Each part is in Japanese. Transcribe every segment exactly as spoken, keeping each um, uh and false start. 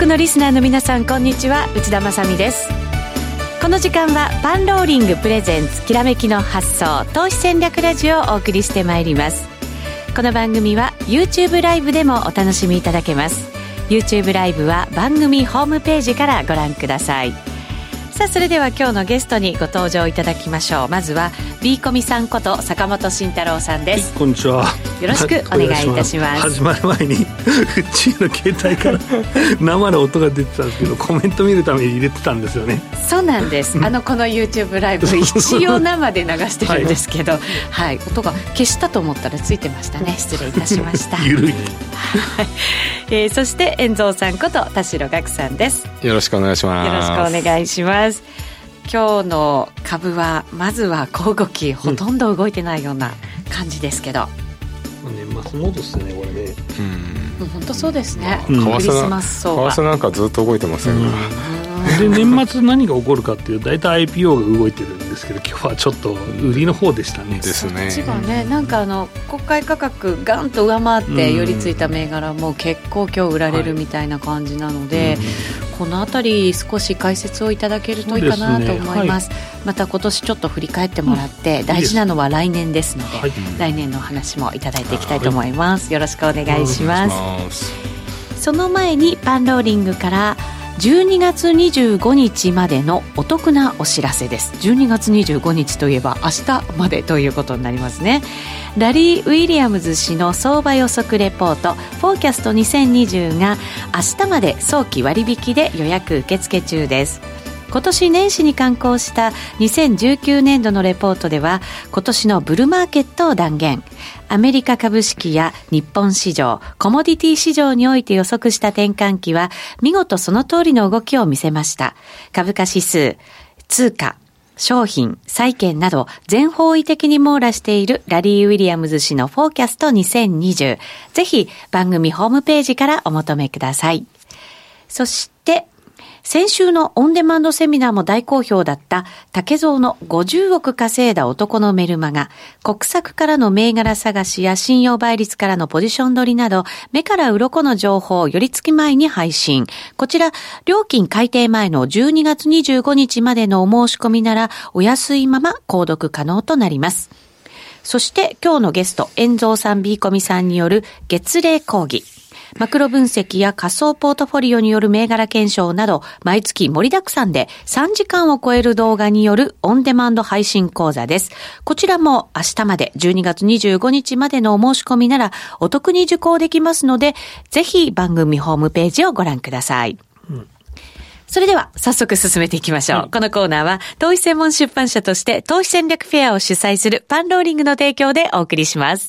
のリスナーの皆さん、こんにちは。内田まさみです。この時間はパンローリングプレゼンツきらめきの発想投資戦略ラジオをお送りしてまいります。この番組は YouTube ライブでもお楽しみいただけます。 YouTube ライブは番組ホームページからご覧ください。さあ、それでは今日のゲストにご登場いただきましょう。まずは B コミさんこと坂本慎太郎さんです。 はい、こんにちは。 よろしくお願いいたします。 始まる前にうちの携帯から生の音が出てたんですけど、コメント見るために入れてたんですよね。 そうなんです。あのこの YouTube ライブ一応生で流してるんですけど、はい、はい、音が消したと思ったらついてましたね。失礼いたしました。 ゆるい、 えー、そして遠蔵さんこと田代岳さんです。 よろしくお願いします。 よろしくお願いします。今日の株はまずは小動きほとんど動いてないような感じですけど、 うん、年末モードですねこれね。 うん、本当そうですね、 うん、 クリスマス相場為替なんかずっと動いてませんが、 うん、で年末何が起こるかっていう大体 アイピーオー が動いてるんですけど、今日はちょっと売りの方でしたね。 ですね。 そっちがね、なんかあの国会価格ガンと上回って寄りついた銘柄も結構今日売られるみたいな感じなので、はい、うん、このあたり少し解説をいただけるといいかなと思います。そうですね、はい、また今年ちょっと振り返ってもらって、うん、大事なのは来年ですので、はい、来年の話もいただいていきたいと思います。はい、よろしくお願いします。ます。その前にパンローリングからじゅうにがつにじゅうごにちまでのお得なお知らせです。じゅうにがつにじゅうごにちといえば明日までということになりますね。ラリー・ウィリアムズ氏の相場予測レポートフォーキャストにせんにじゅうが明日まで早期割引で予約受付中です。今年年始に刊行したにせんじゅうきゅうねんどのレポートでは、今年のブルマーケットを断言。アメリカ株式や日本市場、コモディティ市場において予測した転換期は見事その通りの動きを見せました。株価指数、通貨、商品、債券など全方位的に網羅しているラリー・ウィリアムズ氏のフォーキャストにせんにじゅう。ぜひ番組ホームページからお求めください。そして先週のオンデマンドセミナーも大好評だった竹蔵のごじゅうおく稼いだ男のメルマガ、国策からの銘柄探しや信用倍率からのポジション取りなど目から鱗の情報を寄り付き前に配信。こちら料金改定前のじゅうにがつにじゅうごにちまでのお申し込みならお安いまま購読可能となります。そして今日のゲスト遠蔵さん B コミさんによる月例講義、マクロ分析や仮想ポートフォリオによる銘柄検証など毎月盛りだくさんでさんじかんを超える動画によるオンデマンド配信講座です。こちらも明日までじゅうにがつにじゅうごにちまでのお申し込みならお得に受講できますので、ぜひ番組ホームページをご覧ください。うん、それでは早速進めていきましょう。はい、このコーナーは投資専門出版社として投資戦略フェアを主催するパンローリングの提供でお送りします。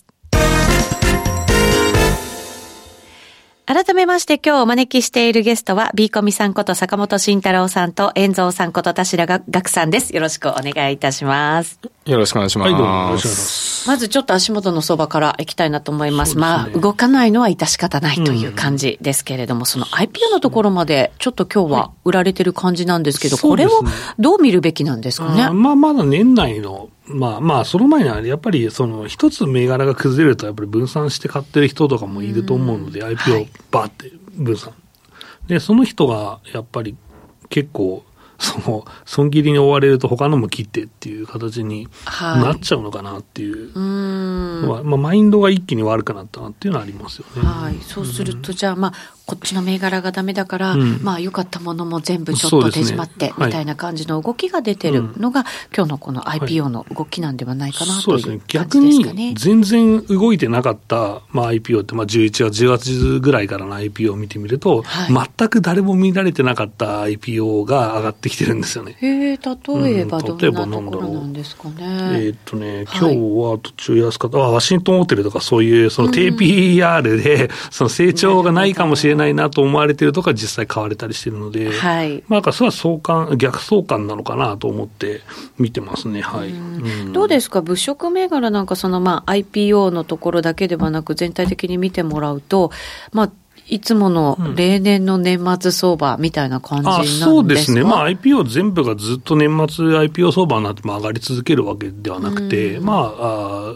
改めまして今日お招きしているゲストは B コミさんこと坂本慎太郎さんと遠蔵さんこと田代岳さんです。よろしくお願いいたします。 よろしくお願いします。はい、どうもよろしくお願いします。 まずちょっと足元の相場からいきたいなと思います。すね、まあ動かないのは致し方ないという感じですけれども、うん、その アイピーオー のところまでちょっと今日は売られてる感じなんですけど、はい、これをどう見るべきなんですかね。 あまあまだ年内のまあまあその前にはやっぱりその一つ銘柄が崩れるとやっぱり分散して買ってる人とかもいると思うので、 アイピーオー バーって分散で、その人がやっぱり結構その損切りに追われると他のも切ってっていう形になっちゃうのかなっていう、はい、うーん、まあ、まあ、マインドが一気に悪くなったなっていうのはありますよね。 はい、そうするとじゃあまあこっちの銘柄がダメだから、うん、まあ良かったものも全部ちょっと手締まってみたいな感じの動きが出てるのが、はい、今日のこの アイピーオー の動きなんではないかなという感じですかね。 逆に全然動いてなかった、まあ、アイピーオー ってまあじゅういちがつじゅうがつぐらいからの アイピーオー を見てみると、はい、全く誰も見られてなかった アイピーオー が上がってきてるんですよね。 へー、例えばどんなところなんですかね。うん、 えー、っとね、今日は途中安かった、はい、あワシントンホテルとかそういうその低 ピーアール でその成長がないかもしれないなと思われているとか実際買われたりしているので、はい、まあ、なんかそれは相関逆相関なのかなと思って見てますね。はい、うん、 どうですか物色銘柄なんかそのまあ アイピーオー のところだけではなく全体的に見てもらうと、まあいつもの例年の年末相場みたいな感じなんですか。 あ、そうですね。まあ アイピーオー 全部がずっと年末 アイピーオー 相場になっても上がり続けるわけではなくて、まあ、あ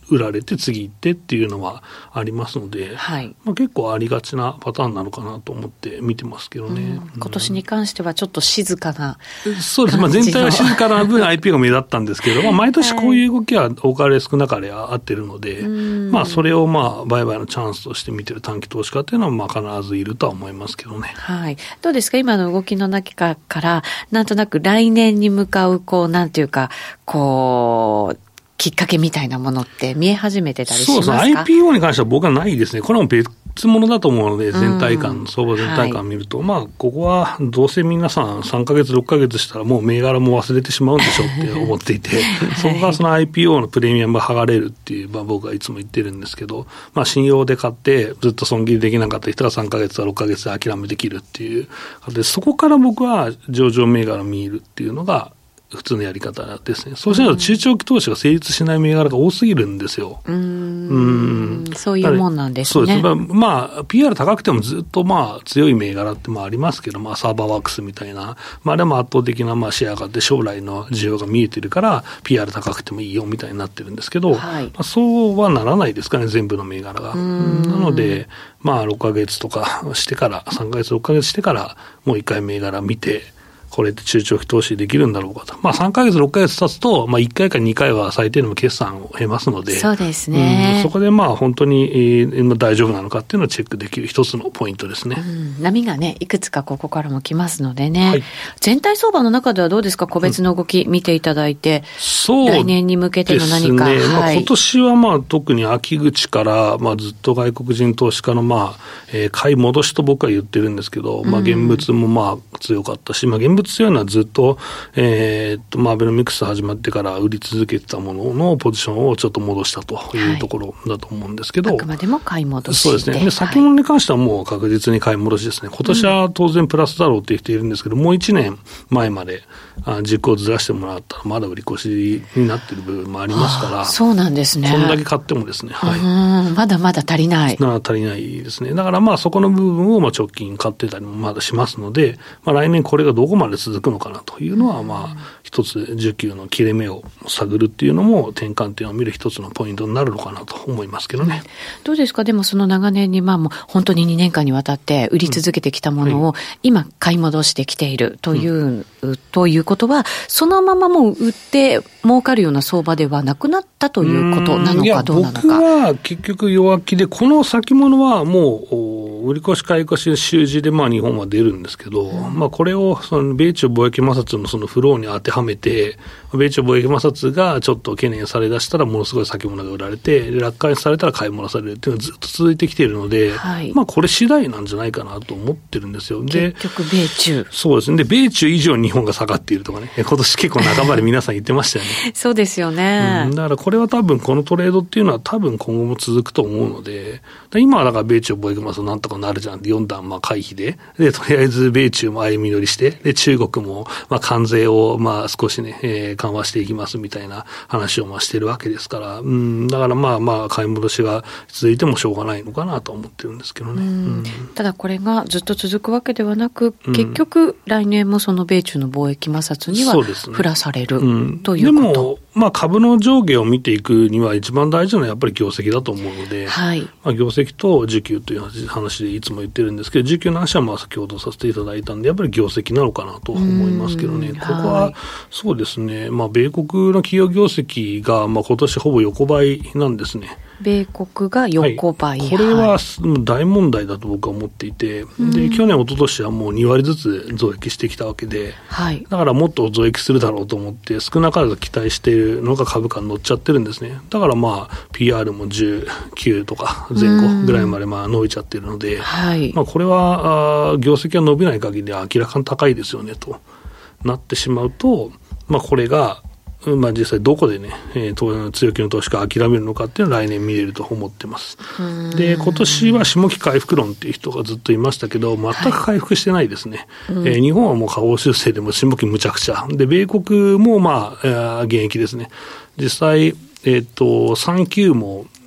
売られて次行ってっていうのはありますので、はいまあ、結構ありがちなパターンなのかなと思って見てますけどね、うん、 今年に関してはちょっと静かなそうです、まあ、全体は静かな分 アイピーオー が目立ったんですけど、まあ、毎年こういう動きは多かれ少なかれ合ってるので、はいまあ、それをまあ売買のチャンスとして見てる短期投資家というのはまあ必ずいるとは思いますけどね、 はい、どうですか今の動きの中からなんとなく来年に向かうこうなんていうかこうきっかけみたいなものって見え始めてたりしますか？ そうです。アイピーオー に関しては僕はないですね。これも別物だと思うので、全体感、うん、相場全体感見ると、はい、まあ、ここはどうせ皆さんさんかげつ、ろっかげつしたらもう銘柄も忘れてしまうんでしょって思っていて、はい、そこがその アイピーオー のプレミアムが剥がれるっていう、まあ僕はいつも言ってるんですけど、まあ信用で買ってずっと損切りできなかった人がさんかげつかろっかげつで諦めできるっていう。で、そこから僕は上場銘柄を見るっていうのが、普通のやり方ですね。そうしないと中長期投資が成立しない銘柄が多すぎるんですよ。 うーんうんそういうもんなんですね。 そうです。まあ、まあ、ピーアール 高くてもずっとまあ強い銘柄ってまあありますけど、まあサーバーワークスみたいな、まあでも圧倒的なまあシェアがあって将来の需要が見えてるから ピーアール 高くてもいいよみたいになってるんですけど、はいまあ、そうはならないですかね、全部の銘柄が。うんなので、まあろっかげつとかしてから、さんかげつろっかげつしてからもう一回銘柄見て、これって中長期投資できるんだろうかと。まあさんかげつ、ろっかげつ経つと、まあいっかいかにかいは最低でも決算を経ますので。 そうですね。 うん、そこでまあ本当に、えー、大丈夫なのかっていうのをチェックできる一つのポイントですね。 うん、波がね、いくつかここからも来ますのでね。はい、全体相場の中ではどうですか個別の動き見ていただいて。うん、そうですね。来年に向けての何か。 まあ、今年はまあ特に秋口からまあずっと外国人投資家のまあ、えー、買い戻しと僕は言ってるんですけど、まあ現物もまあ強かったし、まあ現物強いのはずっとえー、っとまあアベノミクス始まってから売り続けてたもののポジションをちょっと戻したというところだと思うんですけど、はい、 あくまでも買い戻しそうですね。で先物に関してはもう確実に買い戻しですね。今年は当然プラスだろうっていう人いるんですけど、うん、もういちねんまえまであ軸をずらしてもらったらまだ売り越しになっている部分もありますから、 そうなんですね。 こんだけ買ってもですね、はい、 うんまだまだ足りないな足りないですね。だからまあそこの部分をまあ直近買ってたりもまだしますので、まあ、来年これがどこまで続くのかなというのはまあ一つ需給の切れ目を探るっていうのも転換点を見る一つのポイントになるのかなと思いますけどね。 どうですか。でもその長年にまあもう本当ににねんかんにわたって売り続けてきたものを今買い戻してきているという、うん、ということはそのままもう売って儲かるような相場ではなくなったということなのかどうなのか。 僕は結局弱気でこの先物はもう売り越し買い越し習字でまあ日本は出るんですけど、うん、まあこれをその米中貿易摩擦のそのフローに当てはめて米中貿易摩擦がちょっと懸念されだしたらものすごい先物が売られて楽観視されたら買い戻されるっていうのがずっと続いてきているので、はい、まあこれ次第なんじゃないかなと思ってるんですよ。 で結局米中そうですね。で米中以上日本が下がっているとかね、今年結構半ばで皆さん言ってましたよね。 そうですよね、 うん、だからこれは多分このトレードっていうのは多分今後も続くと思うので、今はだから米中貿易摩擦なんとかなるじゃんってよん段まあ回避で、でとりあえず米中も歩み寄りして、で中国もまあ関税をまあ少しね、えー、緩和していきますみたいな話をまあしてるわけですから、うん、だからまあまあ買い戻しが続いてもしょうがないのかなと思ってるんですけどね。うん、 ただこれがずっと続くわけではなく、結局来年もその米中の貿易摩擦には振らされる、ねうん、ということ。でもまあ株の上下を見ていくには一番大事なのはやっぱり業績だと思うので、はいまあ、業績と需給という話でいつも言ってるんですけど、需給の話はまあ先ほどさせていただいたんで、やっぱり業績なのかなと思いますけどね。ここはそうですね、まあ、米国の企業業績がまあ今年ほぼ横ばいなんですね。 米国が横ばい、 はい、これは大問題だと僕は思っていて、で去年、一昨年はもうに割ずつ増益してきたわけで、はい、だからもっと増益するだろうと思って少なからず期待しているのが株価に乗っちゃってるんですね。だからまあ ピーアール もじゅうきゅうとか前後ぐらいまでまあ伸びちゃってるので、はいまあ、これはあ業績が伸びない限りは明らかに高いですよねとなってしまうと、まあ、これがまあ、実際どこでね、えー、強気の投資家が諦めるのかっていうのは来年見れると思ってます。で、今年は下期回復論っていう人がずっといましたけど、全く回復してないですね。はいうんえー、日本はもう下方修正でも下期むちゃくちゃ。で、米国もまあ、えー、現役ですね。実際、えっと、さん級も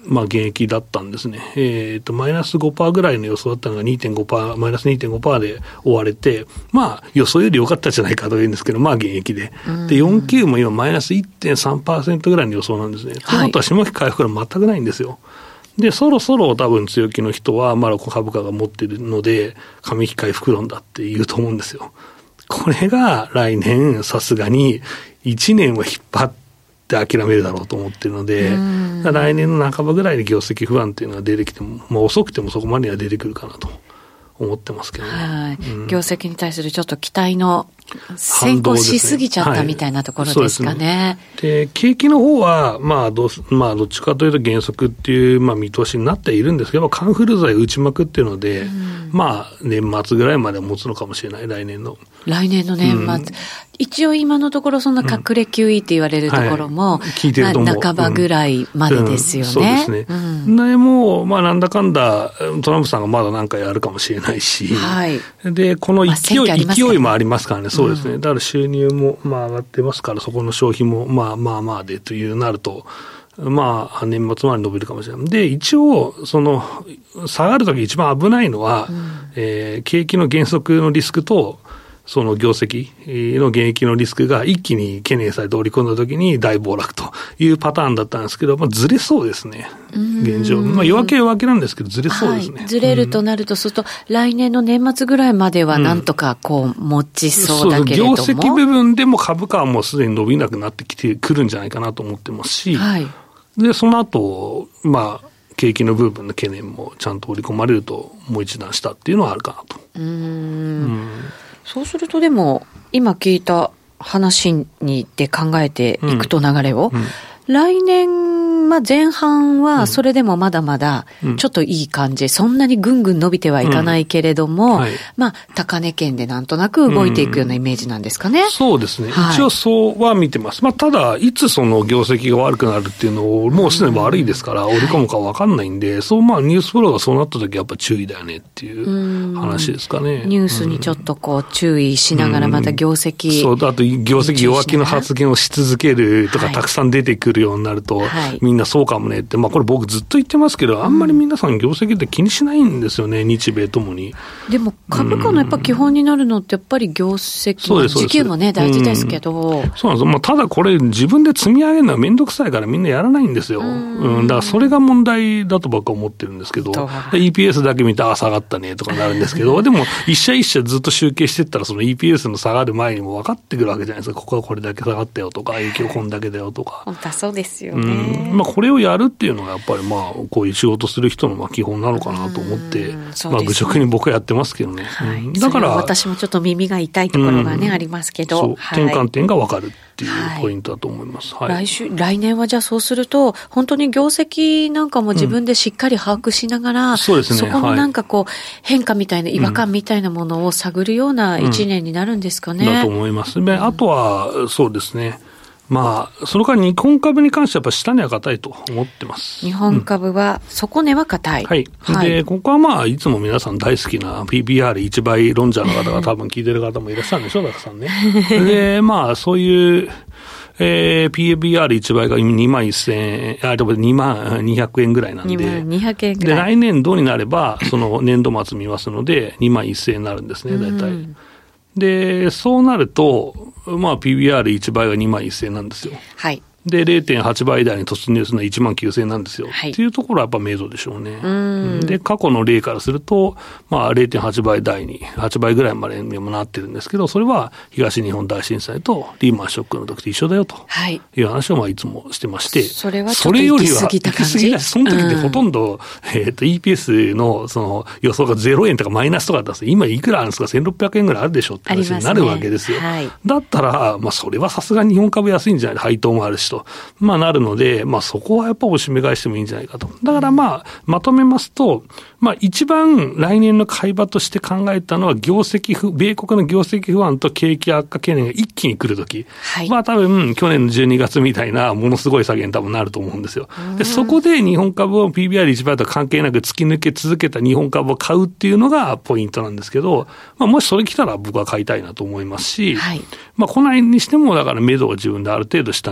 まあ、減益だったんですね。えっと、マイナス ごパーセント ぐらいの予想だったのが にてんごパーセント、マイナス にてんごパーセント で終われて、まあ、予想より良かったじゃないかというんですけど、まあ、減益で。で、よんきゅうも今、マイナス いってんさんパーセント ぐらいの予想なんですね。ということは、下期回復が全くないんですよ。で、そろそろ多分強気の人は、まだ株価が持ってるので、上期回復論だって言うと思うんですよ。これが来年、さすがにいちねんは引っ張って諦めるだろうと思ってるので、来年の半ばぐらいで業績不安っていうのが出てきても、まあ、遅くてもそこまでは出てくるかなと思ってますけどね。 はい、うん、業績に対するちょっと期待の先行しすぎちゃったみたいなところですかね。 で、景気の方は、まあどう、まあどっちかというと減速っていう、まあ見通しになっているんですけど、カンフル剤打ちまくっていうので、うん、まあ年末ぐらいまで持つのかもしれない、来年の。 来年の年末。うん、一応今のところそんな隠れ キューイー って言われるところも、うんはい、聞いてると思う、まあ、半ばぐらいまでですよね。うんうん、そうですね。うん、でも、まあなんだかんだ、トランプさんがまだ何かやるかもしれないし、はい、で、この勢い、まあね、勢いもありますからね、そうですね。うん、だから収入もまあ上がってますから、そこの消費もまあまあまあでというなると、まあ年末まで伸びるかもしれない。で、一応、その、下がるとき一番危ないのは、うんえー、景気の減速のリスクと、その業績の減益のリスクが一気に懸念されて織り込んだときに大暴落というパターンだったんですけど、まあ、ずれそうですね、現状。まあ、弱気は弱気なんですけど、ずれそうですね。はい、ずれるとなると、そうすると、来年の年末ぐらいまではなんとかこう、持ちそうだけれども、うん、 そう業績部分でも株価はもうすでに伸びなくなってきてくるんじゃないかなと思ってますし、はい、で、その後、まあ、景気の部分の懸念もちゃんと織り込まれると、もう一段したっていうのはあるかなと。うーんうんそうするとでも今聞いた話にで考えていくと流れを、うんうん、来年、まあ、前半はそれでもまだまだちょっといい感じ、うん、そんなにぐんぐん伸びてはいかないけれども、うんはい、まあ高値圏でなんとなく動いていくようなイメージなんですかね。 うん、そうですね、はい、一応そうは見てます。まあ、ただいつその業績が悪くなるっていうのをもうすでに悪いですから、うん、織り込むか分かんないんで、はい、そうまあニュースフローがそうなった時はやっぱ注意だよねっていう話ですかね。 ニュースにちょっとこう注意しながらまた業績、 うん、そうあと業績弱気の発言をし続けるとか、はい、たくさん出てくるようになると、はい、みんなそうかもねって、まあ、これ僕ずっと言ってますけど、あんまり皆さん業績って気にしないんですよね、日米ともに。 でも株価のやっぱ基本になるのってやっぱり業績、うん、時給もね大事ですけど、うん、 そうなんです、まあ、ただこれ自分で積み上げるのはめんどくさいからみんなやらないんですよ、うんうん、だからそれが問題だと僕は思ってるんですけど、イーピーエス だけ見てあ下がったねとかなるんですけどでも一社一社ずっと集計していったらその イーピーエス の下がる前にも分かってくるわけじゃないですか。ここはこれだけ下がったよとか影響こんだけだよとか。 本当はそうですよね、 うんまあ、これをやるっていうのがやっぱりまあこういう仕事する人のまあ基本なのかなと思って、ねまあ、愚直に僕はやってますけどね、 はい、 だから私もちょっと耳が痛いところがね、うん、ありますけど、そう転換点が分かるっていうポイントだと思います、 はいはい、来週来年はじゃあそうすると本当に業績なんかも自分でしっかり把握しながら、うん、そうですね、そこのなんかこう、はい、変化みたいな違和感みたいなものを探るような一年になるんですかね、うん、 だと思います。であとはそうですね、まあ、その間日本株に関してはやっぱ下値は硬いと思ってます。 日本株は底値は硬い、うん、 はい、はい、でここはまあいつも皆さん大好きな ピービーアールいち 倍論者の方が多分聞いてる方もいらっしゃるんでしょう、たくさんね。でまあそういうえー、ピービーアールいち 倍がにまんせんえん、あ、でもにまんにひゃくえんぐらいなんで、 にまんにひゃくえんぐらい。 で、来年度になれば、その年度末見ますので、にまんせんえんになるんですね、大体。うん、で、そうなると、まあ、ピービーアールいち 倍がにまんせんえんなんですよ。はい。で、れいてんはち 倍台に突入するのはいちまんきゅうせんえんなんですよ。はい。っていうところはやっぱ明度でしょうね。うん。で、過去の例からすると、まあ れいてんはち 倍台に、はちばいぐらいまでにもなってるんですけど、それは東日本大震災とリーマンショックの時と一緒だよと。はい。いう話をまあいつもしてまして。 それはちょっと行き過ぎた感じ。それよりは、 その時ってほとんど、うん、えっと、イーピーエス のその予想がゼロえんとかマイナスとかだったんですよ。今いくらあるんですか？せんろっぴゃくえんぐらいあるでしょって話になるわけですよ。すね、はい。だったら、まあそれはさすがに日本株安いんじゃない？配当もあるしと。まあなるので、まあそこはやっぱおしめ返してもいいんじゃないかと。だからまあ、まとめますと、まあ一番来年の買い場として考えたのは業績不、米国の業績不安と景気悪化懸念が一気に来るとき。はい。まあ多分去年のじゅうにがつみたいなものすごい下げに多分なると思うんですよ。で、そこで日本株を ピービーアールいち 倍と関係なく突き抜け続けた日本株を買うっていうのがポイントなんですけど、まあもしそれ来たら僕は買いたいなと思いますし、はい。まあ来ないにしてもだから目処を自分である程度下値目処を見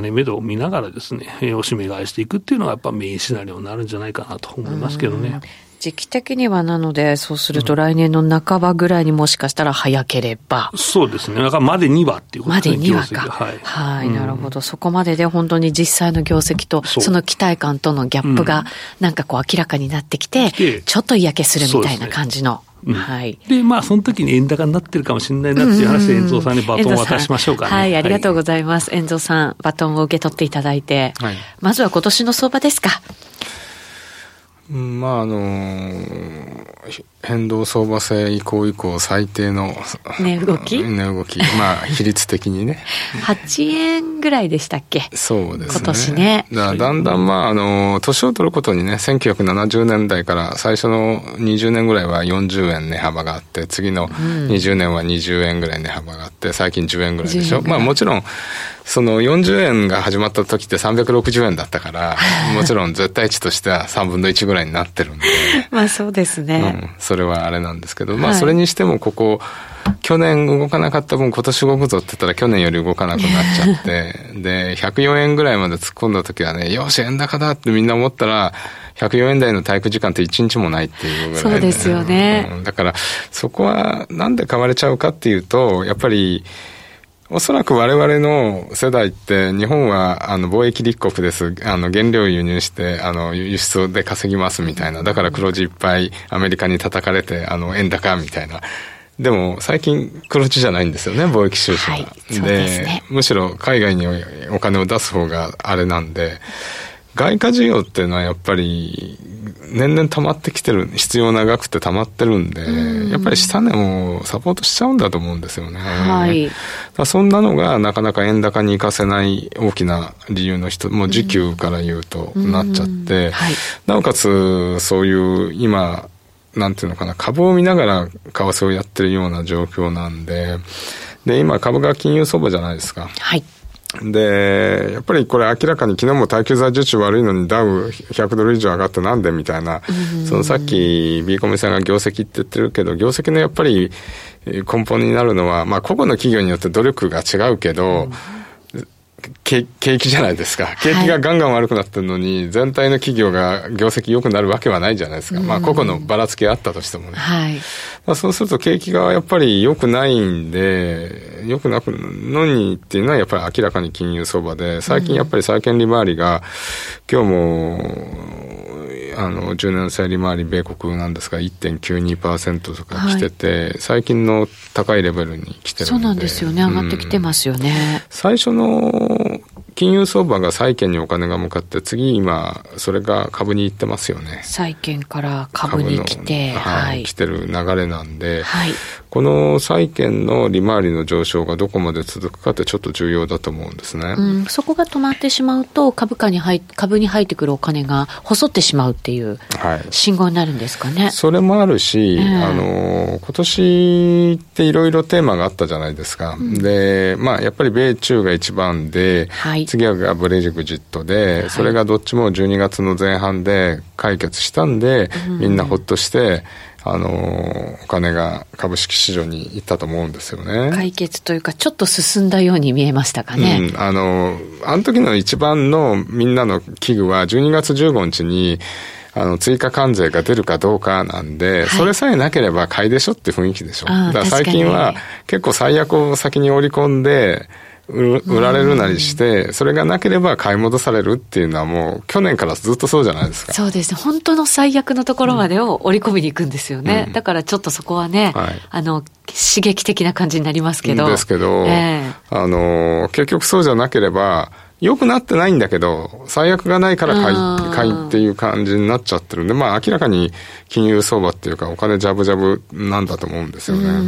見ながらですね、押し目買いしていくっていうのがやっぱメインシナリオになるんじゃないかなと思いますけどね。 時期的にはなので、そうすると来年の半ばぐらいにもしかしたら早ければ、 うん、そうですね。だからまでにはっていうことですね。 までにはか。はい。はい、うん、なるほど。そこまでで本当に実際の業績とその期待感とのギャップがなんかこう明らかになってきて、うん、ちょっと嫌気するみたいな感じの。 うん、 はい。 で、まあ、その時に円高になってるかもしれないなっていう話で、遠藤さんにバトンを渡しましょうかね。 はい、ありがとうございます。遠藤さん、バトンを受け取っていただいて、はい、まずは今年の相場ですか。 まああのー、変動相場制以降以降最低の値動き値動きまあ比率的にねはちえんぐらいでしたっけ。 そうですね、 今年ね。 だからだんだんまああの年を取ることにね、せんきゅうひゃくななじゅうねんだいから最初のにじゅうねんぐらいはよんじゅうえん値幅があって、次のにじゅうねんはにじゅうえんぐらい値幅があって、最近じゅうえんぐらいでしょ。まあもちろんそのよんじゅうえんが始まった時ってさんびゃくろくじゅうえんだったからもちろん絶対値としてはさんぶんのいちぐらいになってるんでまあそうですね、 うん、それはあれなんですけど、まあそれにしてもここ、はい、去年動かなかった分今年動くぞって言ったら去年より動かなくなっちゃってでひゃくよんえんぐらいまで突っ込んだ時はね、よし円高だってみんな思ったらひゃくよんえん台の体育時間っていちにちもないっていうぐらい、ね、 そうですよね、 うん、だからそこはなんで買われちゃうかっていうと、やっぱりおそらく我々の世代って日本はあの貿易立国です。あの原料を輸入してあの輸出で稼ぎますみたいな。だから黒字いっぱいアメリカに叩かれてあの円高みたいな。でも最近黒字じゃないんですよね、貿易収支が。はい、 そうですね。 で、むしろ海外にお金を出す方があれなんで、外貨需要っていうのはやっぱり年々溜まってきてる、必要な額って溜まってるんで、うん、やっぱり下値もサポートしちゃうんだと思うんですよね。 はい。 だそんなのがなかなか円高に活かせない大きな理由の一つ、もう需給から言うとなっちゃって、うんはい、なおかつそういう今、なんていうのかな、株を見ながら為替をやってるような状況なんで、で、今株が金融相場じゃないですか。 はい。 で、やっぱりこれ明らかに昨日も耐久財受注悪いのにダウひゃくドル以上上がってなんでみたいな、そのさっき B コミさんが業績って言ってるけど、業績のやっぱり根本になるのは、まあ個々の企業によって努力が違うけど、景気じゃないですか。景気がガンガン悪くなってるのに、はい、全体の企業が業績良くなるわけはないじゃないですか。まあ個々のばらつきあったとしてもね。はい。まあそうすると景気がやっぱり良くないんで、良くなくのにっていうのはやっぱり明らかに金融相場で、最近やっぱり債券利回りが、今日も、あの、じゅうねん債利回り米国なんですが いってんきゅうにパーセント とか来てて、はい、最近の高いレベルに来てるんで。 そうなんですよね。上がってきてますよね。 うん、最初の金融相場が債券にお金が向かって、次今それが株に行ってますよね。 債券から株に来て、 はいはい、来てる流れなんで、はい、この債券の利回りの上昇がどこまで続くかってちょっと重要だと思うんですね。 うん、そこが止まってしまうと株価に入株に入ってくるお金が細ってしまうっていう信号になるんですかね。はい、 それもあるし、えー、あの今年っていろいろテーマがあったじゃないですか。うん、で、まあやっぱり米中が一番で、はい、次はブレグジットで、はい、それがどっちもじゅうにがつの前半で解決したんで、うん、みんなほっとしてあのお金が株式市場に行ったと思うんですよね。 解決というかちょっと進んだように見えましたかね。 うん、あのあの時の一番のみんなの危惧はじゅうにがつじゅうごにちにあの追加関税が出るかどうかなんで、はい、それさえなければ買いでしょって雰囲気でしょ。だから最近は結構最悪を先に織り込んで売られるなりして、それがなければ買い戻されるっていうのはもう去年からずっとそうじゃないですか。 そうですね。本当の最悪のところまでを織り込みに行くんですよね。うん、だからちょっとそこはね、はい、あの刺激的な感じになりますけど。 ですけど、えー、あの結局そうじゃなければ良くなってないんだけど、最悪がないから買い、買いっていう感じになっちゃってるんで、まあ明らかに金融相場っていうかお金ジャブジャブなんだと思うんですよね。うん、うん、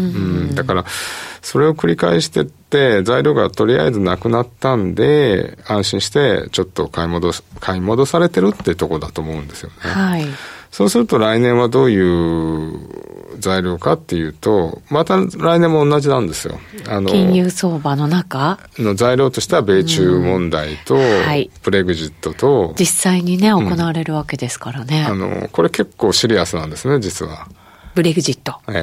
だから、それを繰り返してって、材料がとりあえずなくなったんで、安心してちょっと買い戻す、買い戻されてるってとこだと思うんですよね。はい。そうすると来年はどういう材料かっていうと、また来年も同じなんですよ。 あの金融相場の中の材料としては米中問題と、はい、ブレグジットと実際にね行われるわけですからね。 うん、あのこれ結構シリアスなんですね、実は。 ブレグジット。 ええ。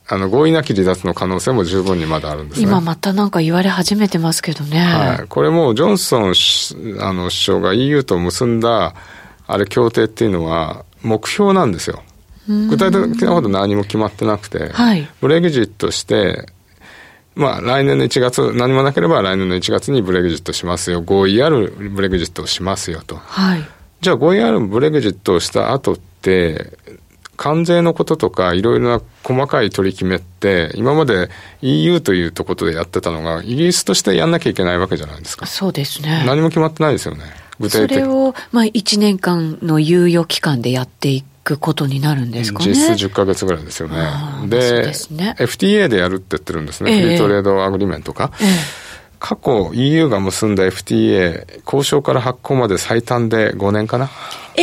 あの合意なき離脱の可能性も十分にまだあるんですね。 今またなんか言われ始めてますけどね。 はい、これもジョンソンあの首相が イーユー と結んだあれ協定っていうのは目標なんですよ。具体的なこと何も決まってなくて、はい、ブレグジットして、まあ、来年のいちがつ、何もなければ来年のいちがつにブレグジットしますよ、合意あるブレグジットをしますよと、はい、じゃあ合意あるブレグジットをした後って関税のこととかいろいろな細かい取り決めって今まで イーユー というところでやってたのがイギリスとしてやんなきゃいけないわけじゃないですか。 そうですね。 何も決まってないですよね。具体的それを、まあ、いちねんかんの猶予期間でやっていくことになるんですかね。 実質じゅっかげつぐらいですよね。で、そうですね、エフティーエー でやるって言ってるんですね、えー、フリートレードアグリメントか、えー、過去 イーユー が結んだ エフティーエー 交渉から発行まで最短でごねんかな。 え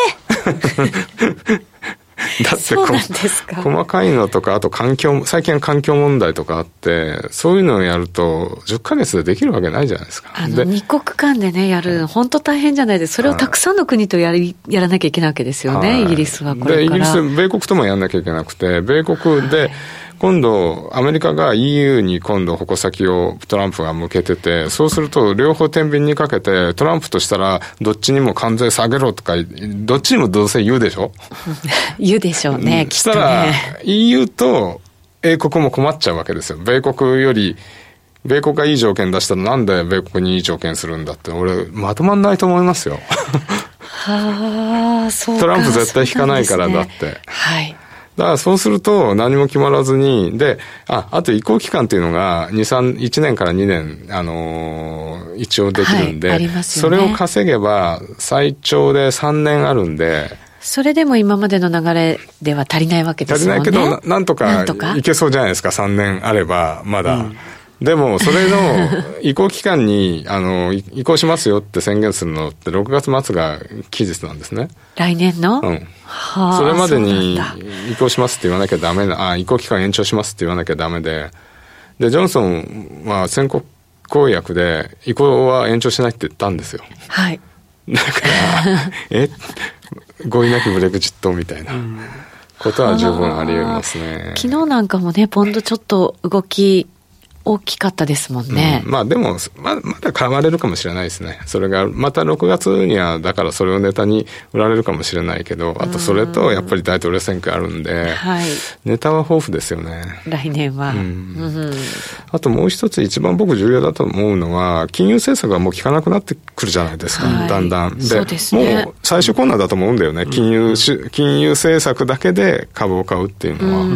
ーだってこ細かいのとかあと環境最近は環境問題とかあってそういうのをやるとじゅっかげつでできるわけないじゃないですか。 あのに国間でねやる本当大変じゃないですか。それをたくさんの国とやりやらなきゃいけないわけですよね。イギリスはこれからでイギリス米国ともやらなきゃいけなくて米国で、はい、今度アメリカが イーユー に今度矛先をトランプが向けててそうすると両方天秤にかけてトランプとしたらどっちにも関税下げろとかどっちにもどうせ言うでしょ言うでしょうね、うん、きっとね。したらイーユー と英国も困っちゃうわけですよ。米国より米国がいい条件出したらなんで米国にいい条件するんだって俺まとまんないと思いますよはあ、そうか。 トランプ絶対引かないからだって、ね、 はいだからそうすると何も決まらずに、で、あ、あと移行期間っていうのがに、さん、いちねんからにねん、あのー、一応できるんで、はい、ありますよね。それを稼げば最長でさんねんあるんで、 それでも今までの流れでは足りないわけですよね。 足りないけど、な、なんとかいけそうじゃないですか、さんねんあれば、まだ。うん、でも、それの移行期間に、あの、移行しますよって宣言するのってろくがつ末が期日なんですね。 来年の？ うん。はあ、それまでに移行しますって言わなきゃダメな、あ、移行期間延長しますって言わなきゃダメで、で、ジョンソンは宣告公約で移行は延長しないって言ったんですよ。 はい。 だから、え、合意なきブレグジットみたいなことは十分あり得ますね。 昨日なんかもね、ポンドちょっと動き、大きかったですもんね。 うん、まあでもま、まだ買われるかもしれないですね。それがまたろくがつにはだからそれをネタに売られるかもしれないけど、あとそれとやっぱり大統領選挙あるんで、はい、ネタは豊富ですよね。 来年は、うんうん、 あともう一つ一番僕重要だと思うのは金融政策がもう効かなくなってくるじゃないですか、はい、だんだんで、そうですね、もう最終困難だと思うんだよね。金融、金融政策だけで株を買うっていうのは、うん、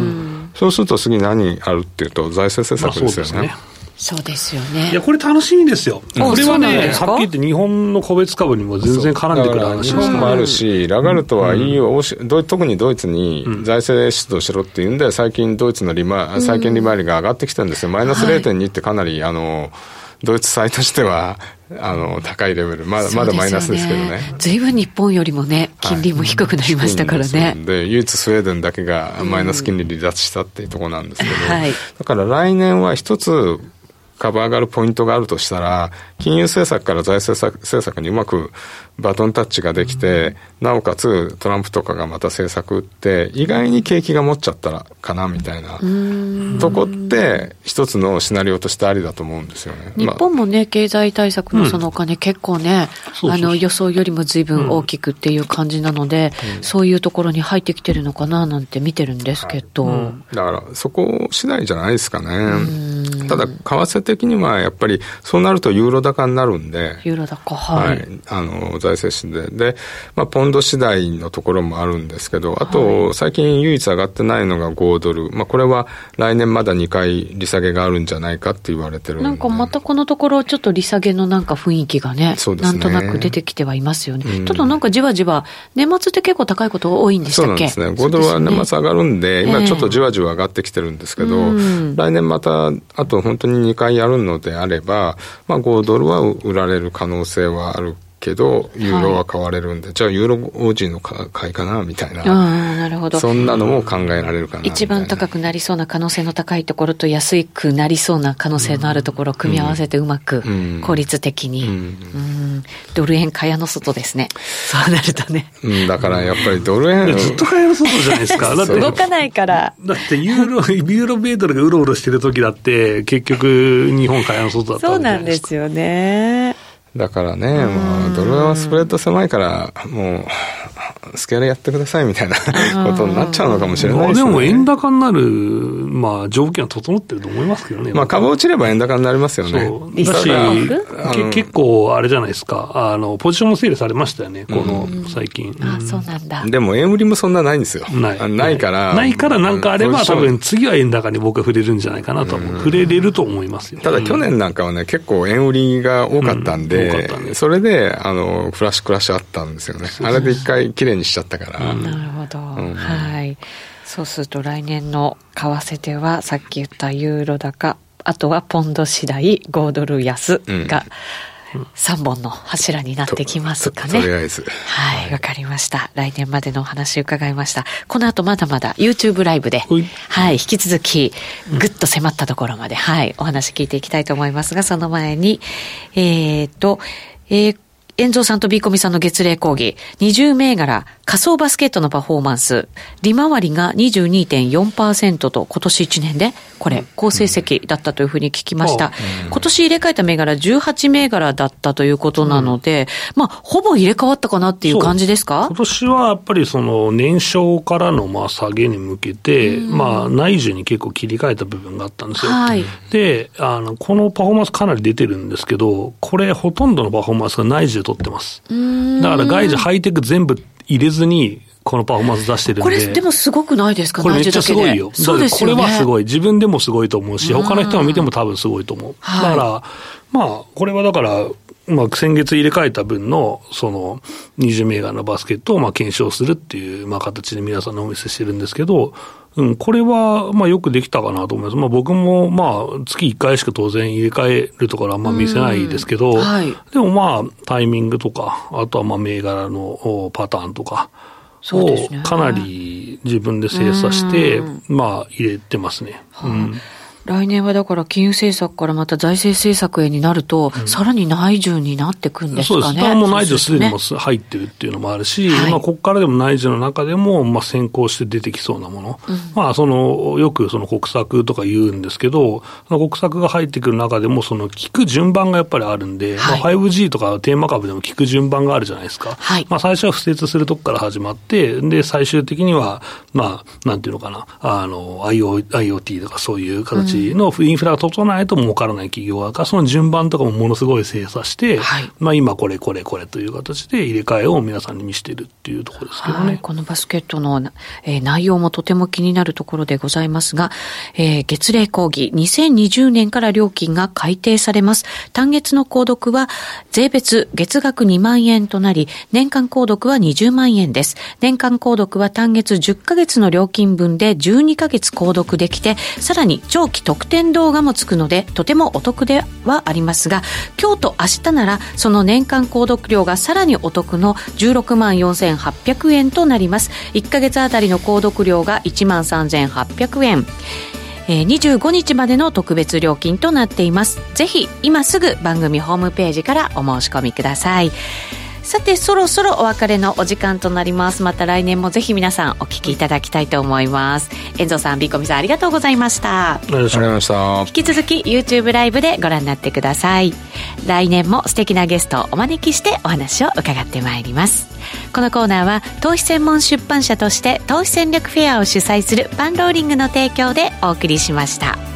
そうすると次何あるっていうと財政政策ですよね。まあそうですよね。 いやこれ楽しみですよ。これはね、はっきり言って日本の個別株にも全然絡んでくる話です。 日本もあるし、ラガルトは イーユー、うん、特にドイツに財政出動しろっていうんで、最近ドイツの利回、債券利回りが上がってきてるんですよ。マイナス れいてんに ってかなり、あのドイツ債としてはあの高いレベル、まだまだマイナスですけどね。 ずいぶん日本よりもね金利も低くなりましたからね。 はい、で, で唯一スウェーデンだけがマイナス金利離脱したっていうところなんですけど、うんはい、だから来年は一つ株上がるポイントがあるとしたら金融政策から財政政策にうまくバトンタッチができて、うん、なおかつトランプとかがまた政策打って意外に景気が持っちゃったらかなみたいなとこって一つのシナリオとしてありだと思うんですよね。 日本もね、まあ、経済対策のそのお金、うん、結構ね、そうそうそう、あの予想よりも随分大きくっていう感じなので、うん、そういうところに入ってきてるのかななんて見てるんですけど、はいうん、 だからそこ次第じゃないですかね。ただ為替的にはやっぱりそうなるとユーロ高になるんで、 ユーロ高、はい、はい、 あの財政支でで、まあ、ポンド次第のところもあるんですけど、あと、はい、最近唯一上がってないのがごドル、まあ、これは来年まだにかい利下げがあるんじゃないかって言われてるんで、 なんかまたこのところちょっと利下げのなんか雰囲気が ね, そうですね、 なんとなく出てきてはいますよね、うん、ちょっとなんかじわじわ年末って結構高いこと多いんでしたっけ。 そうなんですね、ごドルは年末上がるんで、今ちょっとじわじわ上がってきてるんですけど、えー、来年またあと本当ににかいやるのであれば、まあ、ごドルは売られる可能性はあるけどユーロは買われるんで、はい、じゃあユーロオージーの買いかなみたいな、 あ、なるほど、 そんなのも考えられるかなみたいな。 一番高くなりそうな可能性の高いところと安くなりそうな可能性のあるところを組み合わせてうまく効率的に、うんうんうん、ドル円蚊帳の外ですね、そうなるとね、 うん、だからやっぱりドル円ずっと蚊帳の外じゃないですか。だって動かないから。 だってユーロユーロ米ドルがうろうろしてる時だって結局日本蚊帳の外だったわけじゃないですか。 そうなんですよね。 だからね、まあ、ドル円はスプレッド狭いからもうスケールやってくださいみたいなことになっちゃうのかもしれないですね。 でも円高になる、まあ、条件は整ってると思いますけどね。 まあ、株落ちれば円高になりますよね。 そうだしけ結構あれじゃないですか、あのポジションも整理されましたよね、この最近。 うん、あ、そうなんだ。 でも円売りもそんなないんですよ。ないないからないからなんかあれば多分次は円高に僕は触れるんじゃないかなと思う、触れれると思いますよ。 ただ去年なんかはね結構円売りが多かったんで、うん、それであのフラッシュクラッシュあったんですよね。あれで一回きれいにしちゃったから、うん、 なるほど、うん、はい。そうすると来年の為替ではさっき言ったユーロ高、あとはポンド次第ごドル安がさんぼんの柱になってきますかね。 と, と, とりあえずはい、わ、はい、かりました。来年までのお話伺いました。この後まだまだ YouTube ライブで、はい、引き続きぐっと迫ったところまで、はい、お話聞いていきたいと思いますが、その前にえー、っとえー遠蔵さんとビーコミさんの月例講義、にじゅう銘柄仮想バスケットのパフォーマンス、利回りが にじゅうにてんよんパーセント と今年いちねんでこれ好成績だったというふうに聞きました、うん、今年入れ替えた銘柄じゅうはち銘柄だったということなので、うん、まあほぼ入れ替わったかなっていう感じですか。 今年はやっぱりその年初からのまあ下げに向けて、うん、まあ内需に結構切り替えた部分があったんですよ、はい、であのこのパフォーマンスかなり出てるんですけど、これほとんどのパフォーマンスが内需で取ってます。だから外需ハイテク全部入れずにこのパフォーマンス出してるんで。 これでもすごくないですか。 これめっちゃすごいよ。そうですよね。これはすごい、自分でもすごいと思うし、他の人が見ても多分すごいと思う、はい、だからまあこれはだからまあ、先月入れ替えた分のそのにじゅう銘柄のバスケットをまあ検証するっていうまあ形で皆さんにお見せしてるんですけど、うん、これはまあよくできたかなと思います。まあ、僕もまあ月いっかいしか当然入れ替えるところはまあ見せないですけど、はい、でもまあタイミングとか、あとはまあ銘柄のパターンとかをかなり自分で精査してまあ入れてますね。うん、 来年はだから金融政策からまた財政政策へになると、うん、さらに内需になっていくんですかね。 そうです。だからもう内需すでにも入ってるっていうのもあるし、はい、まあここからでも内需の中でもまあ先行して出てきそうなもの、うん、まあそのよくその国策とか言うんですけど、その国策が入ってくる中でもその効く順番がやっぱりあるんで、はい、まあ ファイブジー とかテーマ株でも効く順番があるじゃないですか。はい、まあ最初は敷設するとこから始まって、で最終的にはまあなんていうのかな、あの アイオーティー とかそういう形のインフラが整わないと儲からない企業が、その順番とかもものすごい精査して、はい、まあ今これこれこれという形で入れ替えを皆さんに見せているっていうところですけどね。はい、 このバスケットの、えー、内容もとても気になるところでございますが、えー、月例講義にせんにじゅうねんから料金が改定されます。単月の購読は税別月額にまんえんとなり、年間購読はにじゅうまんえんです。年間購読は単月じゅっかげつの料金分でじゅうにかげつ購読できて、さらに長期特典動画もつくのでとてもお得ではありますが、今日と明日ならその年間購読料がさらにお得のじゅうろくまんよんせんはっぴゃくえんとなります。いっかげつあたりの購読料がいちまんさんぜんはっぴゃくえん、えー、にじゅうごにちまでの特別料金となっています。ぜひ今すぐ番組ホームページからお申し込みください。さてそろそろお別れのお時間となります。また来年もぜひ皆さんお聞きいただきたいと思います。遠藤さん、ビーコミさん、ありがとうございました。 ありがとうございました。 引き続き YouTube ライブでご覧になってください。来年も素敵なゲストをお招きしてお話を伺ってまいります。このコーナーは投資専門出版社として投資戦略フェアを主催するパンローリングの提供でお送りしました。